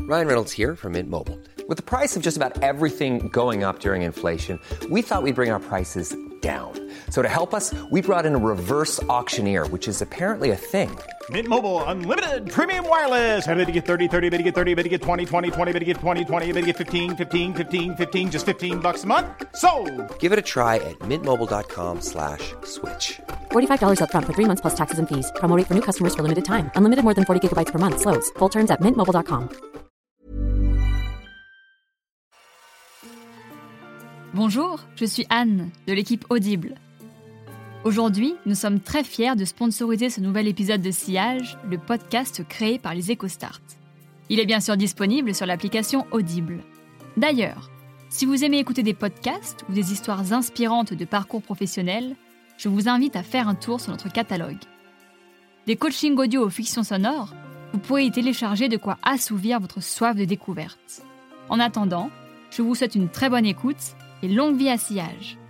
Ryan Reynolds here from Mint Mobile. With the price of just about everything going up during inflation, we thought we'd bring our prices down. So to help us, we brought in a reverse auctioneer, which is apparently a thing. Mint Mobile Unlimited Premium Wireless. How to get 30, 30, bit to get 30, bit to get 20, 20, 20, bit to get 20, 20, bit to get 15, 15, 15, 15, just $15 a month? Sold! Give it a try at mintmobile.com/switch. $45 up front for 3 months plus taxes and fees. Promo rate for new customers for limited time. Unlimited more than 40 gigabytes per month. Slows full terms at mintmobile.com. Bonjour, je suis Anne, de l'équipe Audible. Aujourd'hui, nous sommes très fiers de sponsoriser ce nouvel épisode de Sillage, le podcast créé par les EcoStart. Il est bien sûr disponible sur l'application Audible. D'ailleurs, si vous aimez écouter des podcasts ou des histoires inspirantes de parcours professionnels, je vous invite à faire un tour sur notre catalogue. Des coachings audio aux fictions sonores, vous pourrez y télécharger de quoi assouvir votre soif de découverte. En attendant, je vous souhaite une très bonne écoute et longue vie à Sillage.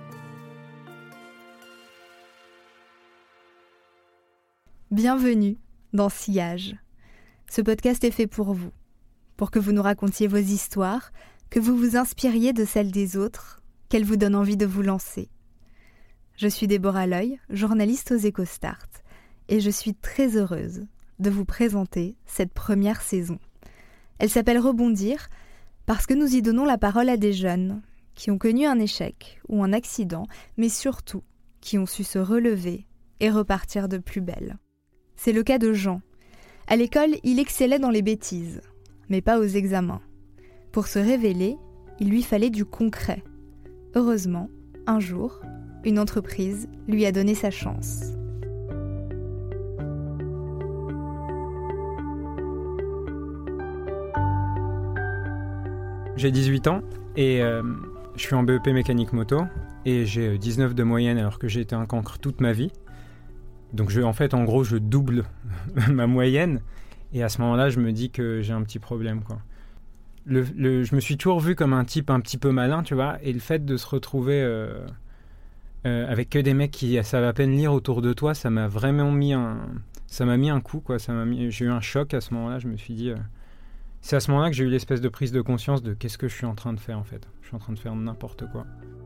Bienvenue dans Sillage. Ce podcast est fait pour vous, pour que vous nous racontiez vos histoires, que vous vous inspiriez de celles des autres, qu'elles vous donnent envie de vous lancer. Je suis Déborah Loy, journaliste aux EcoStart, et je suis très heureuse de vous présenter cette première saison. Elle s'appelle Rebondir parce que nous y donnons la parole à des jeunes qui ont connu un échec ou un accident, mais surtout qui ont su se relever et repartir de plus belle. C'est le cas de Jean. À l'école, il excellait dans les bêtises, mais pas aux examens. Pour se révéler, il lui fallait du concret. Heureusement, un jour, une entreprise lui a donné sa chance. J'ai 18 ans et je suis en BEP mécanique moto et j'ai 19 de moyenne alors que j'ai été un cancre toute ma vie. Donc en gros, je double ma moyenne et à ce moment-là, je me dis que j'ai un petit problème, quoi. Je me suis toujours vu comme un type un petit peu malin, tu vois, et le fait de se retrouver avec que des mecs qui savent à peine lire autour de toi, ça m'a vraiment mis un coup, quoi. J'ai eu un choc à ce moment-là, je me suis dit... C'est à ce moment-là que j'ai eu l'espèce de prise de conscience de qu'est-ce que je suis en train de faire, en fait. Je suis en train de faire n'importe quoi.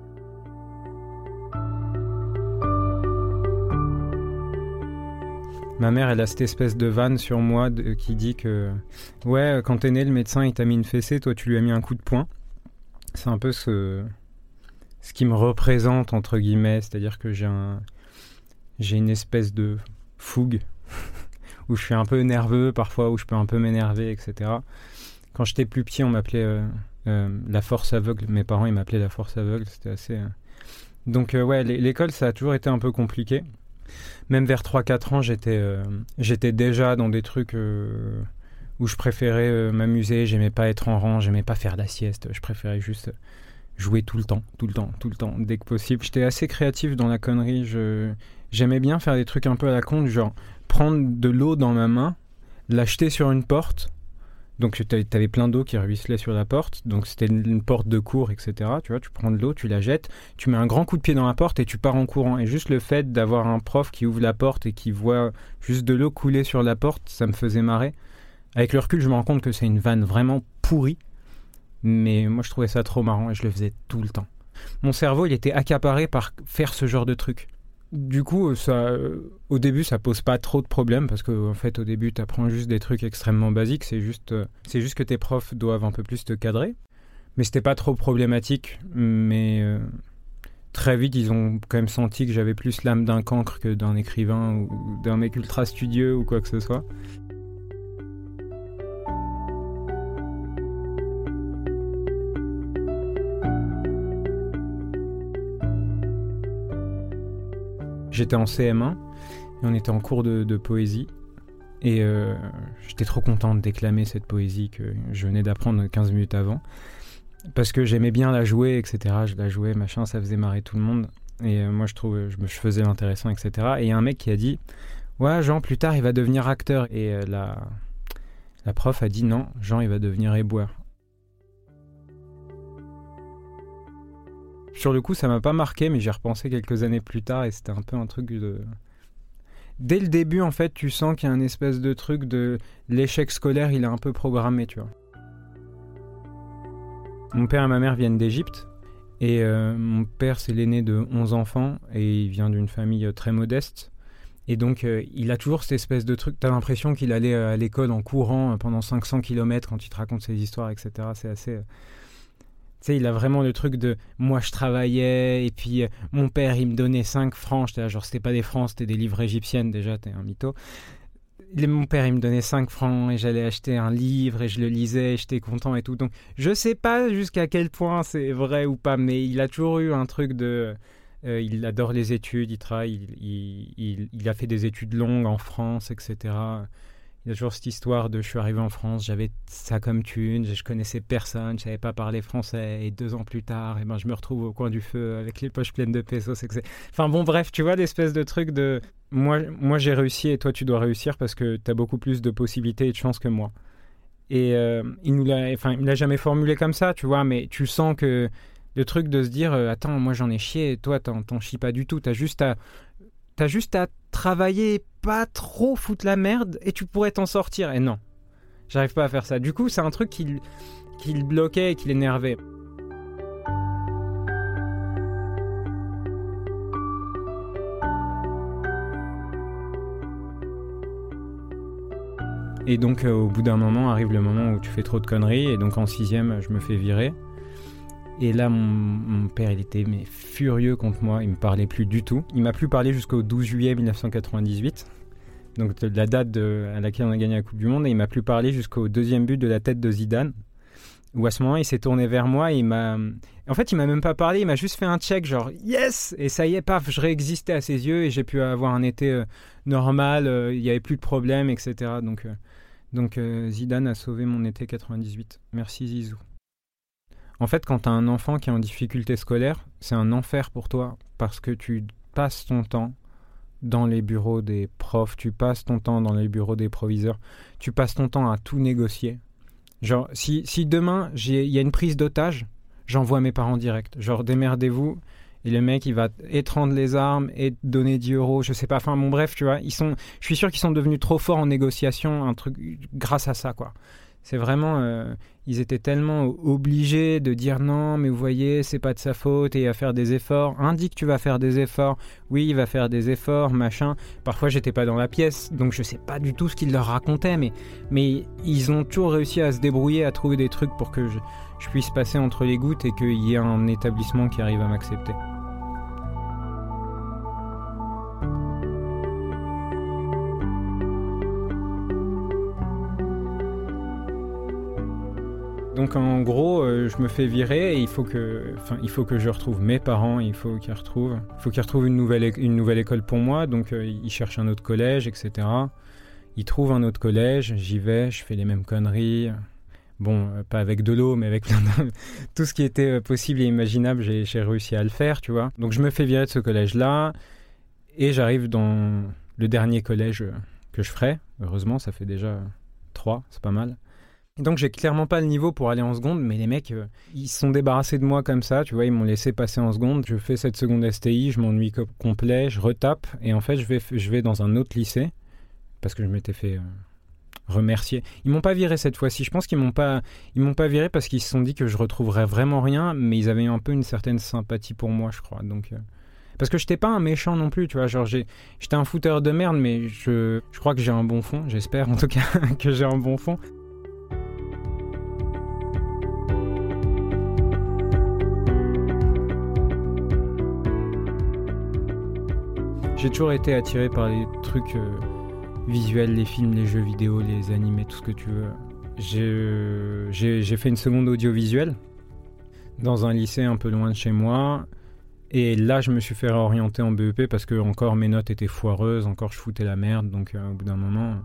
Ma mère, elle a cette espèce de vanne sur moi qui dit que ouais, quand t'es né, le médecin, il t'a mis une fessée, toi, tu lui as mis un coup de poing. C'est un peu ce qui me représente, entre guillemets, c'est-à-dire que j'ai une espèce de fougue où je suis un peu nerveux parfois, où je peux un peu m'énerver, etc. Quand j'étais plus petit, on m'appelait la force aveugle. Mes parents, ils m'appelaient la force aveugle, c'était assez... Donc ouais, l'école, ça a toujours été un peu compliqué. Même vers 3-4 ans, j'étais déjà dans des trucs où je préférais m'amuser, j'aimais pas être en rang, j'aimais pas faire la sieste, je préférais juste jouer tout le temps, dès que possible. J'étais assez créatif dans la connerie, j'aimais bien faire des trucs un peu à la con, genre prendre de l'eau dans ma main, l'acheter sur une porte, donc t'avais plein d'eau qui ruisselait sur la porte, donc c'était une porte de cours, etc. Tu vois, tu prends de l'eau, tu la jettes, tu mets un grand coup de pied dans la porte et tu pars en courant. Et juste le fait d'avoir un prof qui ouvre la porte et qui voit juste de l'eau couler sur la porte, ça me faisait marrer. Avec le recul, je me rends compte que c'est une vanne vraiment pourrie, mais moi je trouvais ça trop marrant et je le faisais tout le temps. Mon cerveau, il était accaparé par faire ce genre de truc. Du coup, au début, ça pose pas trop de problèmes parce que, en fait, au début, tu apprends juste des trucs extrêmement basiques. C'est juste que tes profs doivent un peu plus te cadrer. Mais c'était pas trop problématique. Mais très vite, ils ont quand même senti que j'avais plus l'âme d'un cancre que d'un écrivain ou d'un mec ultra studieux ou quoi que ce soit. J'étais en CM1 et on était en cours de poésie et j'étais trop content de déclamer cette poésie que je venais d'apprendre 15 minutes avant parce que j'aimais bien la jouer, etc. Je la jouais, machin, ça faisait marrer tout le monde et moi je faisais l'intéressant, etc. Et il y a un mec qui a dit « Ouais, Jean, plus tard, il va devenir acteur. » Et la prof a dit « Non, Jean, il va devenir éboueur. » Sur le coup, ça m'a pas marqué, mais j'y ai repensé quelques années plus tard et c'était un peu un truc de... Dès le début, en fait, tu sens qu'il y a un espèce de truc de l'échec scolaire, il est un peu programmé, tu vois. Mon père et ma mère viennent d'Égypte. Et mon père, c'est l'aîné de 11 enfants. Et il vient d'une famille très modeste. Et donc, il a toujours cette espèce de truc. T'as l'impression qu'il allait à l'école en courant pendant 500 km quand il te raconte ses histoires, etc. C'est assez... Tu sais, il a vraiment le truc de « moi, je travaillais, et puis mon père, il me donnait 5 francs. » J'étais là, genre, c'était pas des francs, c'était des livres égyptiennes, déjà, t'es un mytho. Mon père, il me donnait 5 francs, et j'allais acheter un livre, et je le lisais, et j'étais content et tout. Donc, je sais pas jusqu'à quel point c'est vrai ou pas, mais il a toujours eu un truc de... il adore les études, il travaille, il a fait des études longues en France, etc. Il y a toujours cette histoire de je suis arrivé en France, j'avais ça comme thune, je connaissais personne, je savais pas parler français, et 2 ans plus tard, et ben, je me retrouve au coin du feu avec les poches pleines de pesos. Enfin bon, bref, tu vois l'espèce de truc de moi j'ai réussi et toi tu dois réussir parce que tu as beaucoup plus de possibilités et de chances que moi. Et il me l'a jamais formulé comme ça, tu vois, mais tu sens que le truc de se dire attends, moi j'en ai chié et toi t'en chies pas du tout, t'as juste à travailler, pas trop foutre la merde et tu pourrais t'en sortir. Et non, j'arrive pas à faire ça. Du coup, c'est un truc qui le bloquait et qui l'énervait. Et donc, au bout d'un moment, arrive le moment où tu fais trop de conneries. Et donc, en 6e, je me fais virer. Et là, mon père, il était furieux contre moi. Il me parlait plus du tout. Il m'a plus parlé jusqu'au 12 juillet 1998. Donc, de la date à laquelle on a gagné la Coupe du Monde. Et il m'a plus parlé jusqu'au 2e but de la tête de Zidane. Où à ce moment, il s'est tourné vers moi et il m'a... En fait, il m'a même pas parlé. Il m'a juste fait un check, genre « Yes !» Et ça y est, paf, je réexistais à ses yeux et j'ai pu avoir un été normal. Il n'y avait plus de problème, etc. Donc Zidane a sauvé mon été 98. Merci Zizou. En fait, quand tu as un enfant qui est en difficulté scolaire, c'est un enfer pour toi parce que tu passes ton temps dans les bureaux des profs, tu passes ton temps dans les bureaux des proviseurs, tu passes ton temps à tout négocier. Genre, si demain, il y a une prise d'otage, j'envoie mes parents direct. Genre, démerdez-vous. Et le mec, il va étreindre les armes et donner 10 €, je sais pas. Enfin, bon, bref, tu vois, je suis sûr qu'ils sont devenus trop forts en négociation, un truc grâce à ça, quoi. C'est vraiment... ils étaient tellement obligés de dire non, mais vous voyez, c'est pas de sa faute et il va faire des efforts. Indique que tu vas faire des efforts. Oui, il va faire des efforts, machin. Parfois, j'étais pas dans la pièce, donc je sais pas du tout ce qu'ils leur racontaient, mais ils ont toujours réussi à se débrouiller, à trouver des trucs pour que je puisse passer entre les gouttes et qu'il y ait un établissement qui arrive à m'accepter. Donc en gros, je me fais virer et il faut que je retrouve mes parents, il faut qu'ils retrouvent une nouvelle école pour moi. Donc ils cherchent un autre collège, etc. Ils trouvent un autre collège, j'y vais, je fais les mêmes conneries. Bon, pas avec de l'eau, mais avec tout ce qui était possible et imaginable, j'ai réussi à le faire, tu vois. Donc je me fais virer de ce collège-là et j'arrive dans le dernier collège que je ferai. Heureusement, ça fait déjà 3, c'est pas mal. Et donc j'ai clairement pas le niveau pour aller en seconde, mais les mecs, ils se sont débarrassés de moi comme ça, tu vois, ils m'ont laissé passer en seconde. Je fais cette seconde STI, je m'ennuie complet, je retape, et en fait je vais dans un autre lycée, parce que je m'étais fait remercier. Ils m'ont pas viré cette fois-ci, je pense qu'ils m'ont pas viré parce qu'ils se sont dit que je retrouverais vraiment rien, mais ils avaient un peu une certaine sympathie pour moi, je crois, donc... Parce que j'étais pas un méchant non plus, tu vois, genre j'étais un fouteur de merde, mais je crois que j'ai un bon fond, j'espère en tout cas que j'ai un bon fond. J'ai toujours été attiré par les trucs visuels, les films, les jeux vidéo, les animés, tout ce que tu veux. J'ai fait une seconde audiovisuelle dans un lycée un peu loin de chez moi. Et là, je me suis fait réorienter en BEP parce que encore mes notes étaient foireuses, encore je foutais la merde. Donc au bout d'un moment...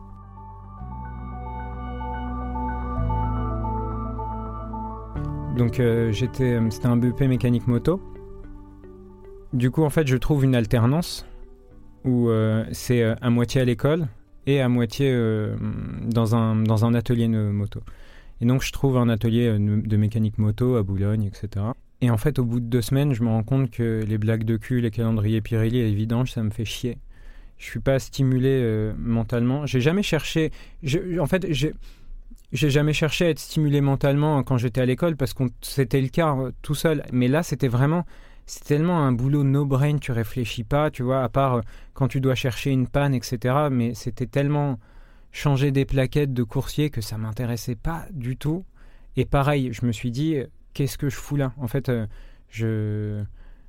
Donc c'était un BEP mécanique moto. Du coup, en fait, je trouve une alternance où c'est à moitié à l'école et à moitié dans un atelier de moto. Et donc, je trouve un atelier de mécanique moto à Boulogne, etc. Et en fait, au bout de 2 semaines, je me rends compte que les blagues de cul, les calendriers Pirelli et les vidanges, ça me fait chier. Je suis pas stimulé mentalement. J'ai jamais cherché... j'ai jamais cherché à être stimulé mentalement quand j'étais à l'école parce que c'était le cas tout seul. Mais là, c'était tellement un boulot no-brain, tu réfléchis pas, tu vois, à part quand tu dois chercher une panne, etc. Mais c'était tellement changer des plaquettes de coursier que ça m'intéressait pas du tout. Et pareil, je me suis dit, qu'est-ce que je fous là ? En fait, j'ai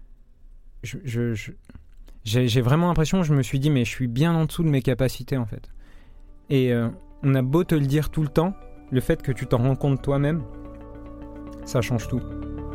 vraiment l'impression, je me suis dit, mais je suis bien en dessous de mes capacités, en fait. Et on a beau te le dire tout le temps, le fait que tu t'en rends compte toi-même, ça change tout.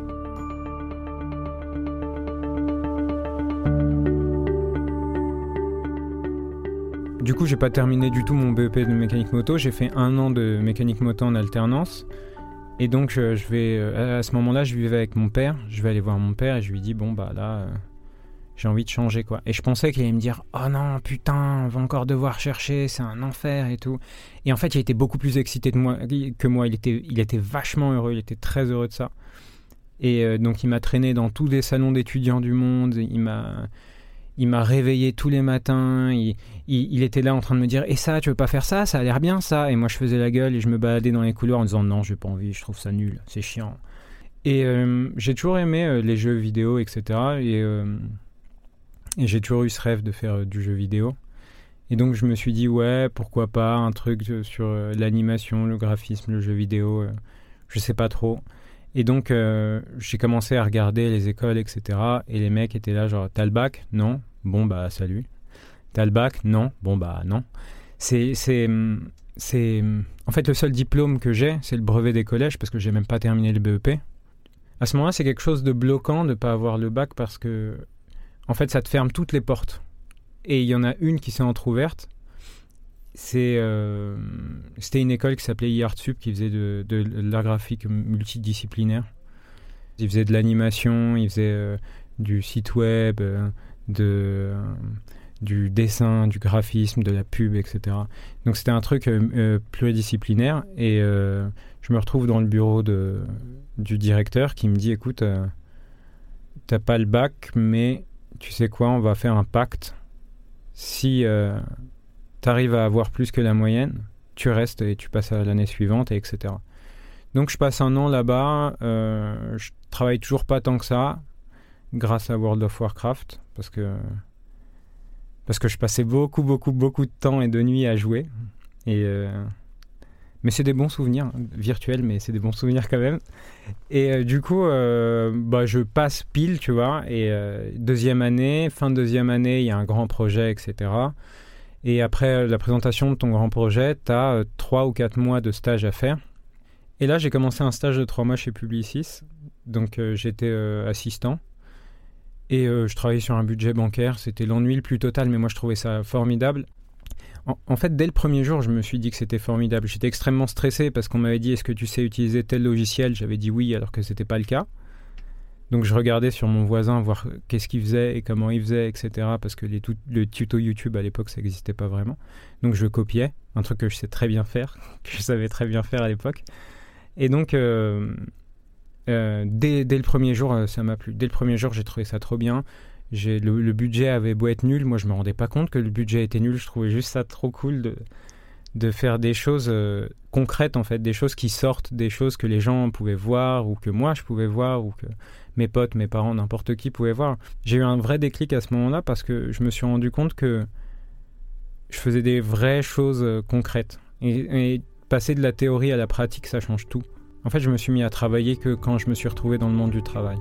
Du coup, j'ai pas terminé du tout mon BEP de mécanique moto. J'ai fait 1 an de mécanique moto en alternance. Et donc, à ce moment-là, je vivais avec mon père. Je vais aller voir mon père et je lui dis, bon, bah là, j'ai envie de changer, quoi. Et je pensais qu'il allait me dire, oh non, putain, on va encore devoir chercher, c'est un enfer et tout. Et en fait, il était beaucoup plus excité que moi. Il était vachement heureux, il était très heureux de ça. Et donc, il m'a traîné dans tous les salons d'étudiants du monde. Il m'a réveillé tous les matins, il était là en train de me dire « Et ça, tu veux pas faire ça ? Ça a l'air bien ça !» Et moi je faisais la gueule et je me baladais dans les couloirs en disant « Non, j'ai pas envie, je trouve ça nul, c'est chiant. » Et j'ai toujours aimé les jeux vidéo, etc. Et j'ai toujours eu ce rêve de faire du jeu vidéo. Et donc je me suis dit « Ouais, pourquoi pas un truc sur l'animation, le graphisme, le jeu vidéo, je sais pas trop. » Et donc, j'ai commencé à regarder les écoles, etc. Et les mecs étaient là, genre, t'as le bac ? Non ? Bon, bah, salut. T'as le bac ? Non ? Bon, bah, non. En fait, le seul diplôme que j'ai, c'est le brevet des collèges, parce que j'ai même pas terminé le BEP. À ce moment-là, c'est quelque chose de bloquant de pas avoir le bac, parce que, en fait, ça te ferme toutes les portes. Et il y en a une qui s'est entrouverte. C'était une école qui s'appelait IARTSUP qui faisait de l'art graphique multidisciplinaire. Ils faisaient de l'animation, ils faisaient du site web, du dessin, du graphisme, de la pub, etc. Donc c'était un truc pluridisciplinaire et je me retrouve dans le bureau du directeur qui me dit « Écoute, t'as pas le bac, mais tu sais quoi, on va faire un pacte. Si... t'arrives à avoir plus que la moyenne, tu restes et tu passes à l'année suivante, et etc. » Donc je passe 1 an là-bas, je travaille toujours pas tant que ça, grâce à World of Warcraft, parce que je passais beaucoup de temps et de nuits à jouer. Mais c'est des bons souvenirs, virtuels, mais c'est des bons souvenirs quand même. Et du coup, je passe pile, tu vois, et fin de deuxième année, il y a un grand projet, etc. Et après la présentation de ton grand projet, tu as 3 ou 4 mois de stage à faire. Et là, j'ai commencé un stage de 3 mois chez Publicis. Donc, j'étais assistant. Et je travaillais sur un budget bancaire. C'était l'ennui le plus total, mais moi, je trouvais ça formidable. En fait, dès le premier jour, je me suis dit que c'était formidable. J'étais extrêmement stressé parce qu'on m'avait dit « Est-ce que tu sais utiliser tel logiciel ?» J'avais dit oui, alors que ce n'était pas le cas. Donc je regardais sur mon voisin voir qu'est-ce qu'il faisait et comment il faisait, etc. Parce que le tuto YouTube à l'époque, ça n'existait pas vraiment. Donc je copiais, un truc que je sais très bien faire, que je savais très bien faire à l'époque. Et donc, dès le premier jour, ça m'a plu. Dès le premier jour, j'ai trouvé ça trop bien. Le budget avait beau être nul, moi je ne me rendais pas compte que le budget était nul. Je trouvais juste ça trop cool de faire des choses concrètes, en fait, des choses qui sortent, des choses que les gens pouvaient voir ou que moi je pouvais voir ou que mes potes, mes parents, n'importe qui pouvaient voir. J'ai eu un vrai déclic à ce moment-là parce que je me suis rendu compte que je faisais des vraies choses concrètes. Et passer de la théorie à la pratique, ça change tout. En fait, je me suis mis à travailler que quand je me suis retrouvé dans le monde du travail.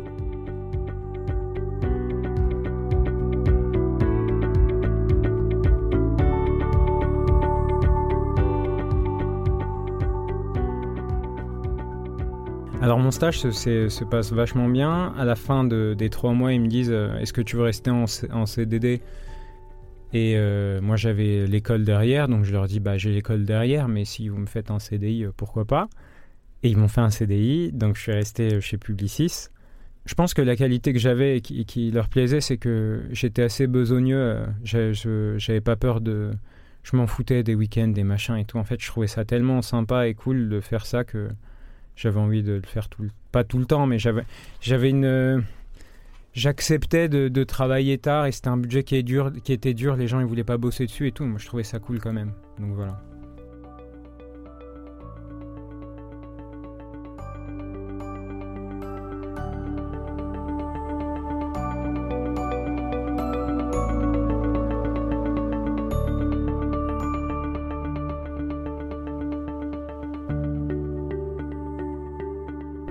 Alors mon stage se passe vachement bien. À la fin des 3 mois, ils me disent est-ce que tu veux rester en CDD ? Et moi j'avais l'école derrière, donc je leur dis j'ai l'école derrière, mais si vous me faites un CDI, pourquoi pas ? Et ils m'ont fait un CDI, donc je suis resté chez Publicis. Je pense que la qualité que j'avais et qui leur plaisait, c'est que j'étais assez besogneux. J'avais pas peur je m'en foutais des week-ends, des machins et tout. En fait, je trouvais ça tellement sympa et cool de faire ça que j'avais envie de le faire pas tout le temps, mais j'acceptais de travailler tard et c'était un budget qui était dur, les gens ils voulaient pas bosser dessus et tout, moi je trouvais ça cool quand même, donc voilà.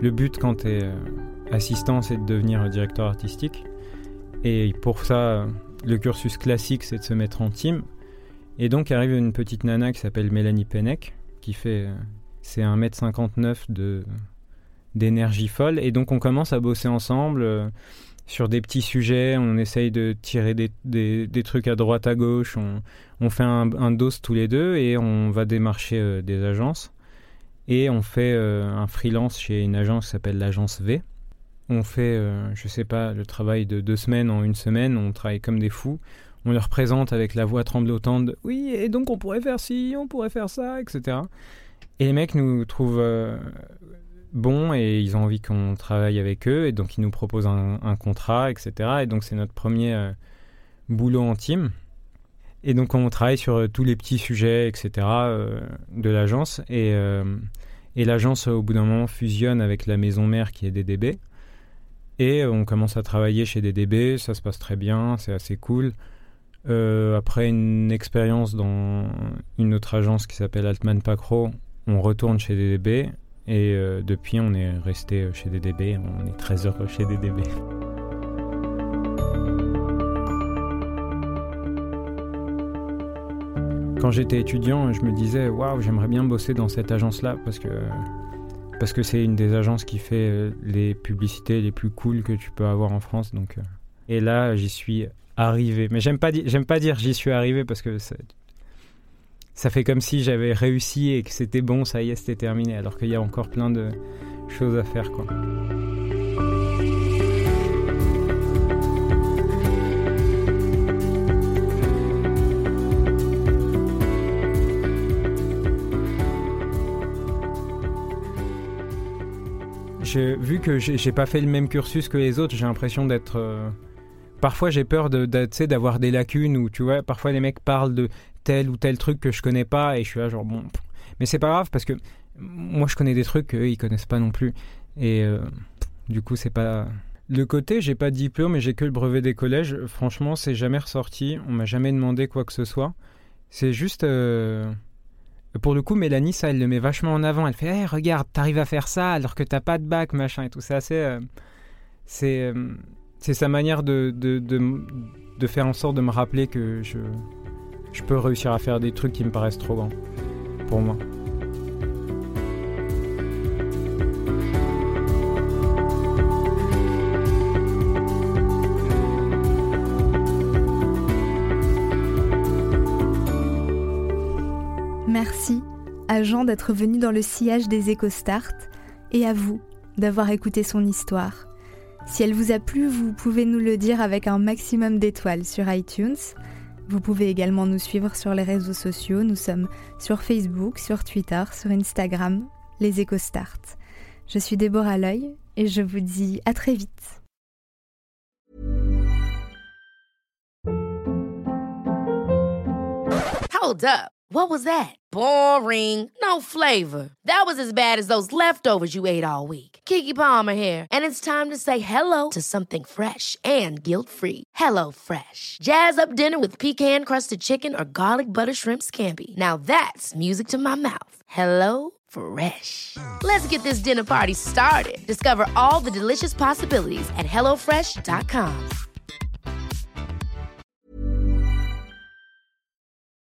Le but quand tu es assistant, c'est de devenir directeur artistique. Et pour ça, le cursus classique, c'est de se mettre en team. Et donc arrive une petite nana qui s'appelle Mélanie Pennec, qui fait... c'est 1m59 d'énergie folle. Et donc on commence à bosser ensemble sur des petits sujets. On essaye de tirer des trucs à droite, à gauche. On fait un dos tous les deux et on va démarcher des agences. Et on fait un freelance chez une agence qui s'appelle l'agence V. On fait, je sais pas, le travail de 2 semaines en 1 semaine. On travaille comme des fous. On leur présente avec la voix tremblotante de, oui, et donc on pourrait faire ci, on pourrait faire ça, etc. Et les mecs nous trouvent bons et ils ont envie qu'on travaille avec eux. Et donc ils nous proposent un contrat, etc. Et donc c'est notre premier boulot en team. Et donc on travaille sur tous les petits sujets, etc. De l'agence. Et l'agence, au bout d'un moment, fusionne avec la maison mère qui est DDB. Et on commence à travailler chez DDB. Ça se passe très bien, c'est assez cool. Après une expérience dans une autre agence qui s'appelle Altman Pacro, on retourne chez DDB. Et depuis, on est resté chez DDB. On est très heureux chez DDB. Quand j'étais étudiant, je me disais « Waouh, j'aimerais bien bosser dans cette agence-là » parce que c'est une des agences qui fait les publicités les plus cool que tu peux avoir en France. Donc, et là, j'y suis arrivé. Mais j'aime pas dire j'y suis arrivé parce que ça fait comme si j'avais réussi et que c'était bon, ça y est, c'était terminé. Alors qu'il y a encore plein de choses à faire, quoi. Vu que j'ai pas fait le même cursus que les autres, j'ai l'impression d'être... Parfois, j'ai peur d'avoir des lacunes où, tu vois, parfois les mecs parlent de tel ou tel truc que je connais pas et je suis là genre, bon... Mais c'est pas grave parce que moi, je connais des trucs qu'eux, ils connaissent pas non plus. Et du coup, c'est pas... Le côté, j'ai pas de diplôme et j'ai que le brevet des collèges, franchement, c'est jamais ressorti. On m'a jamais demandé quoi que ce soit. C'est juste... Pour le coup, Mélanie, ça, elle le met vachement en avant. Elle fait hey, « regarde, t'arrives à faire ça alors que t'as pas de bac, machin. » et tout. C'est assez... c'est sa manière de faire en sorte de me rappeler que je peux réussir à faire des trucs qui me paraissent trop grands pour moi. Merci à Jean d'être venu dans le sillage des EcoStart et à vous d'avoir écouté son histoire. Si elle vous a plu, vous pouvez nous le dire avec un maximum d'étoiles sur iTunes. Vous pouvez également nous suivre sur les réseaux sociaux. Nous sommes sur Facebook, sur Twitter, sur Instagram, les EcoStart. Je suis Déborah L'Oeil et je vous dis à très vite. Hold up. What was that? Boring. No flavor. That was as bad as those leftovers you ate all week. Keke Palmer here, and it's time to say hello to something fresh and guilt-free. HelloFresh. Jazz up dinner with pecan-crusted chicken or garlic butter shrimp scampi. Now that's music to my mouth. HelloFresh. Let's get this dinner party started. Discover all the delicious possibilities at HelloFresh.com.